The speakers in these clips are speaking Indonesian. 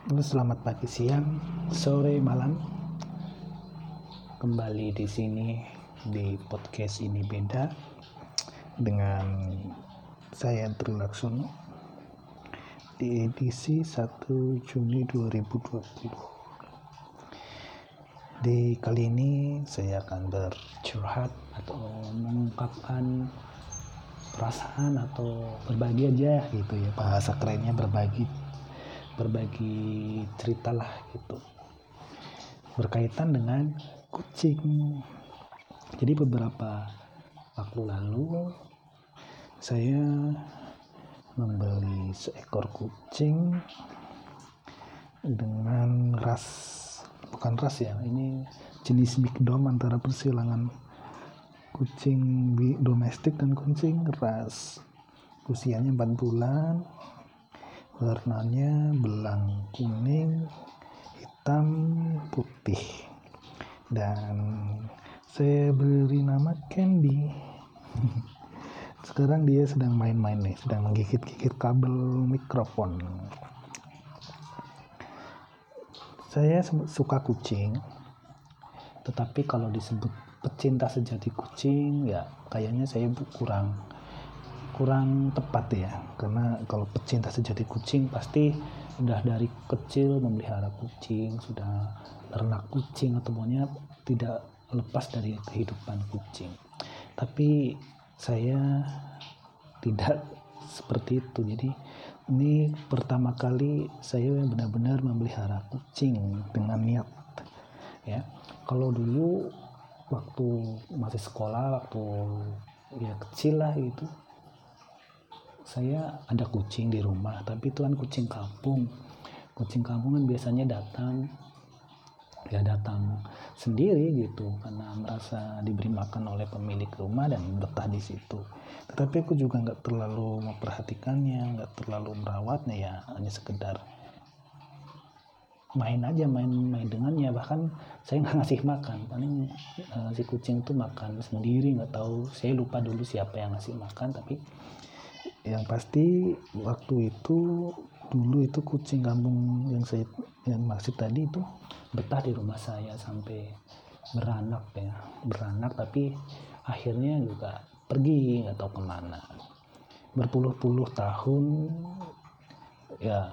Selamat pagi, siang, sore, malam. Kembali di sini di podcast ini beda dengan saya Trilaksono di edisi 1 Juni 2020. Di kali ini saya akan bercurhat atau mengungkapkan perasaan atau berbagi aja gitu ya, bahasa kerennya berbagi cerita lah gitu, berkaitan dengan kucing. Jadi beberapa waktu lalu saya membeli seekor kucing dengan bukan ras ya, ini jenis mixdom antara persilangan kucing domestik dan kucing ras. Usianya 4 bulan, warnanya belang kuning, hitam, putih, dan saya beri nama Candy. Sekarang dia sedang main-main nih, sedang menggigit-gigit kabel mikrofon. Saya suka kucing, tetapi kalau disebut pecinta sejati kucing ya kayaknya saya kurang tepat ya, karena kalau pecinta sejati kucing pasti sudah dari kecil memelihara kucing, sudah ternak kucing atau monyet, tidak lepas dari kehidupan kucing. Tapi saya tidak seperti itu. Jadi ini pertama kali saya benar-benar memelihara kucing dengan niat ya. Kalau dulu waktu masih sekolah, waktu ya kecil lah gitu, saya ada kucing di rumah, tapi itu kan kucing kampung kan biasanya datang sendiri gitu, karena merasa diberi makan oleh pemilik rumah dan betah di situ. Tetapi aku juga nggak terlalu memperhatikannya, nggak terlalu merawatnya, ya hanya sekedar main dengannya. Bahkan saya nggak ngasih makan, paling si kucing tuh makan sendiri, nggak tahu, saya lupa dulu siapa yang ngasih makan. Tapi yang pasti waktu itu dulu itu kucing kampung yang maksud tadi itu betah di rumah saya sampai beranak, tapi akhirnya juga pergi, nggak tahu kemana, berpuluh-puluh tahun ya.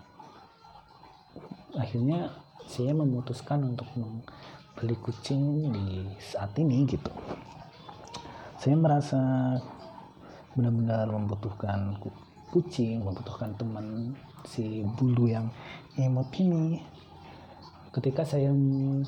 Akhirnya saya memutuskan untuk membeli kucing di saat ini gitu. Saya merasa benar-benar membutuhkan kucing, membutuhkan teman, si bulu yang imut ini. Ketika saya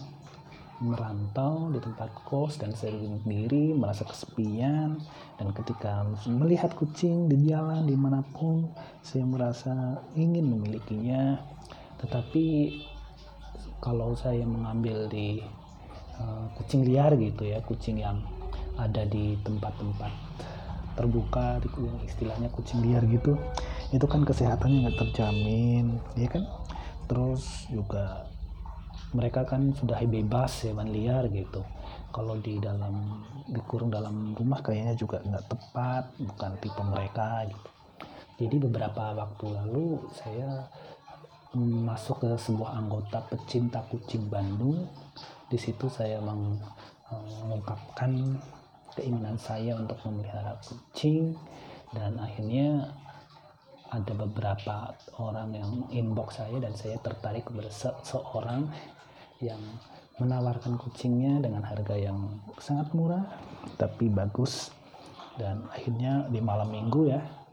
merantau di tempat kos dan saya sendiri merasa kesepian, dan ketika melihat kucing di jalan dimanapun saya merasa ingin memilikinya. Tetapi kalau saya mengambil di kucing liar gitu ya, kucing yang ada di tempat-tempat terbuka, yang istilahnya kucing liar gitu, itu kan kesehatannya nggak terjamin ya kan. Terus juga mereka kan sudah bebas hewan liar gitu, kalau dikurung dalam rumah kayaknya juga nggak tepat, bukan tipe mereka gitu. Jadi beberapa waktu lalu saya masuk ke sebuah anggota pecinta kucing Bandung. Di situ saya mengungkapkan keinginan saya untuk memelihara kucing, dan akhirnya ada beberapa orang yang inbox saya dan saya tertarik kepada seorang yang menawarkan kucingnya dengan harga yang sangat murah tapi bagus. Dan akhirnya di malam minggu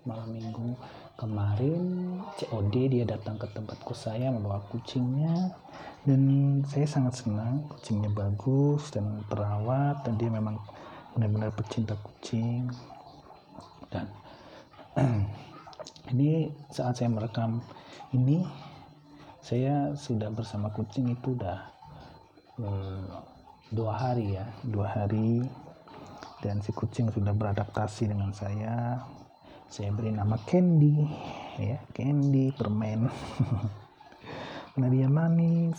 kemarin COD dia datang ke tempat kos saya membawa kucingnya, dan saya sangat senang. Kucingnya bagus dan terawat, dan dia memang benar-benar pecinta kucing. Dan ini saat saya merekam ini, saya sudah bersama kucing itu udah 2 hari, dan si kucing sudah beradaptasi dengan saya. Saya beri nama Candy ya, Candy permen. Karena dia manis,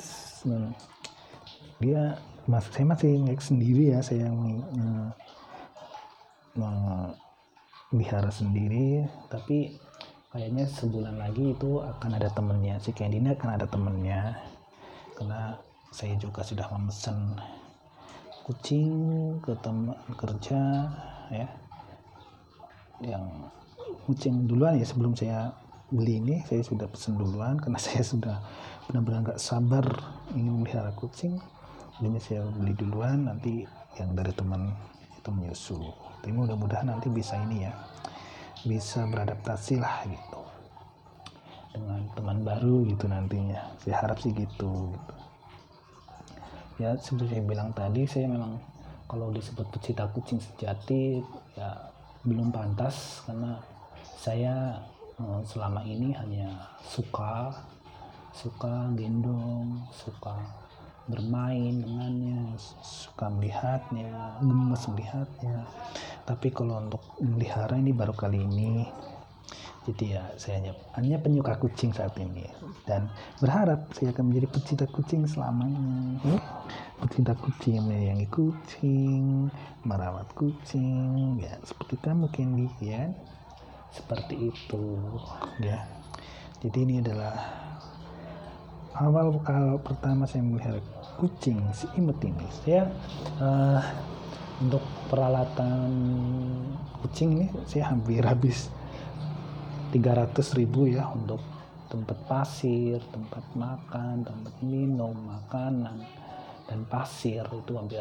saya masih ngek sendiri ya, saya melihara sendiri. Tapi kayaknya sebulan lagi itu akan ada temennya, si Candy ini akan ada temennya, karena saya juga sudah memesan kucing ke teman kerja ya, yang kucing duluan ya. Sebelum saya beli ini saya sudah pesan duluan karena saya sudah benar-benar nggak sabar ingin melihara kucing. Jadi saya beli duluan, nanti yang dari teman itu menyusul. Tapi mudah-mudahan nanti bisa ini ya, bisa beradaptasi lah gitu dengan teman baru gitu nantinya. Saya harap sih gitu. Ya seperti saya bilang tadi, saya memang kalau disebut pecinta kucing sejati ya belum pantas, karena saya selama ini hanya suka gendong, suka bermain dengannya, suka melihatnya, gemes melihatnya. Tapi kalau untuk melihara ini baru kali ini. Jadi ya saya hanya penyuka kucing saat ini, dan berharap saya akan menjadi pecinta kucing selamanya. Pecinta kucing, menyayangi kucing, merawat kucing, ya seperti kamu Candy ya, seperti itu ya. Jadi ini adalah awal pertama saya melihara kucing si imut ini. Saya untuk peralatan kucing ini saya hampir habis 300.000 ya, untuk tempat pasir, tempat makan, tempat minum, makanan, dan pasir itu hampir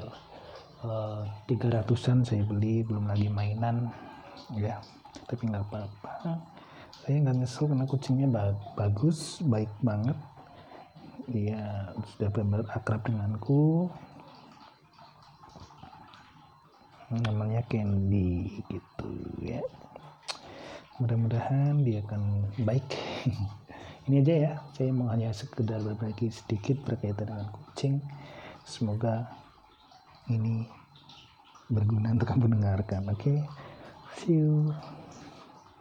300-an saya beli, belum lagi mainan ya. Tapi nggak apa-apa, saya nggak nyesel karena kucingnya bagus, baik banget ya, sudah benar-benar akrab denganku. Namanya Candy gitu ya, mudah-mudahan dia akan baik. Ini aja ya, saya mau hanya sekedar berbagi sedikit berkaitan dengan kucing. Semoga ini berguna untuk kamu dengarkan. Oke, see you.